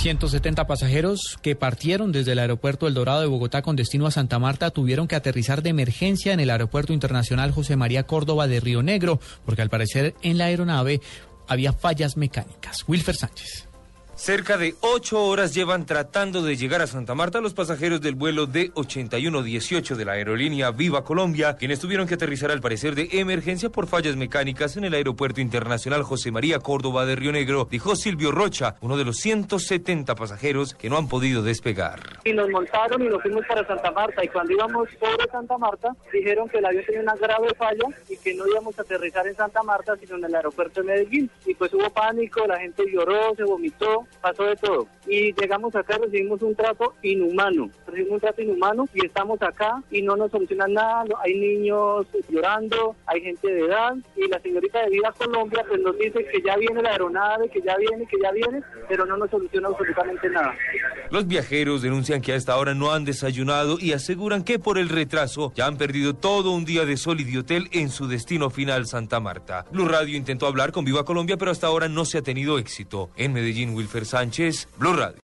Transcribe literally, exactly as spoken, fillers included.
ciento setenta pasajeros que partieron desde el aeropuerto El Dorado de Bogotá con destino a Santa Marta tuvieron que aterrizar de emergencia en el aeropuerto internacional José María Córdoba de Río Negro, porque al parecer en la aeronave había fallas mecánicas. Wilfer Sánchez. Cerca de ocho horas llevan tratando de llegar a Santa Marta los pasajeros del vuelo D ochenta y uno dieciocho de la aerolínea Viva Colombia, quienes tuvieron que aterrizar al parecer de emergencia por fallas mecánicas en el aeropuerto internacional José María Córdoba de Río Negro, dijo Silvio Rocha, uno de los ciento setenta pasajeros que no han podido despegar. Y nos montaron y nos fuimos para Santa Marta, y cuando íbamos por Santa Marta dijeron que el avión tenía una grave falla y que no íbamos a aterrizar en Santa Marta sino en el aeropuerto de Medellín, y pues hubo pánico, la gente lloró, se vomitó, pasó de todo, y llegamos acá, recibimos un trato inhumano, recibimos un trato inhumano y estamos acá y no nos solucionan nada, hay niños llorando, hay gente de edad, y la señorita de Viva Colombia pues nos dice que ya viene la aeronave, que ya viene, que ya viene, pero no nos soluciona absolutamente nada. Los viajeros denuncian que a esta hora no han desayunado y aseguran que por el retraso ya han perdido todo un día de sol y de hotel en su destino final, Santa Marta. Blue Radio intentó hablar con Viva Colombia, pero hasta ahora no se ha tenido éxito. En Medellín, Wilfer Sánchez, Blue Radio.